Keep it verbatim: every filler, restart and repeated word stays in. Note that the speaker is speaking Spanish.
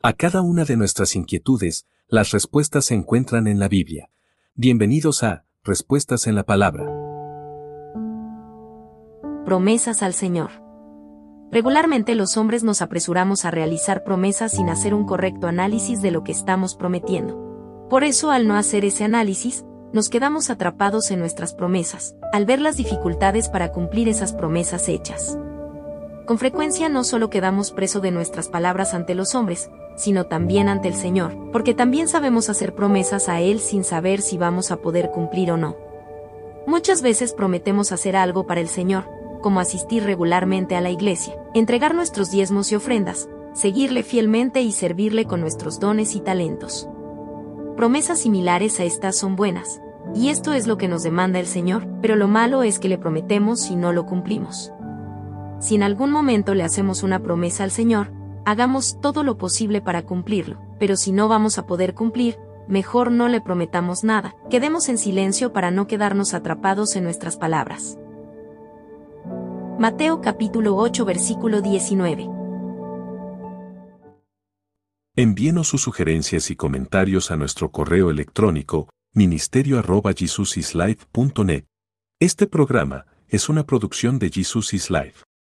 A cada una de nuestras inquietudes, las respuestas se encuentran en la Biblia. Bienvenidos a Respuestas en la Palabra. Promesas al Señor. Regularmente los hombres nos apresuramos a realizar promesas sin hacer un correcto análisis de lo que estamos prometiendo. Por eso, al no hacer ese análisis, nos quedamos atrapados en nuestras promesas, al ver las dificultades para cumplir esas promesas hechas. Con frecuencia no solo quedamos preso de nuestras palabras ante los hombres, sino también ante el Señor, porque también sabemos hacer promesas a Él sin saber si vamos a poder cumplir o no. Muchas veces prometemos hacer algo para el Señor, como asistir regularmente a la iglesia, entregar nuestros diezmos y ofrendas, seguirle fielmente y servirle con nuestros dones y talentos. Promesas similares a estas son buenas, y esto es lo que nos demanda el Señor, pero lo malo es que le prometemos y no lo cumplimos. Si en algún momento le hacemos una promesa al Señor, hagamos todo lo posible para cumplirlo, pero si no vamos a poder cumplir, mejor no le prometamos nada, quedemos en silencio para no quedarnos atrapados en nuestras palabras. Mateo capítulo ocho versículo diecinueve. Envíenos sus sugerencias y comentarios a nuestro correo electrónico ministerio arroba jesusislife punto net. Este programa es una producción de Jesus is Life.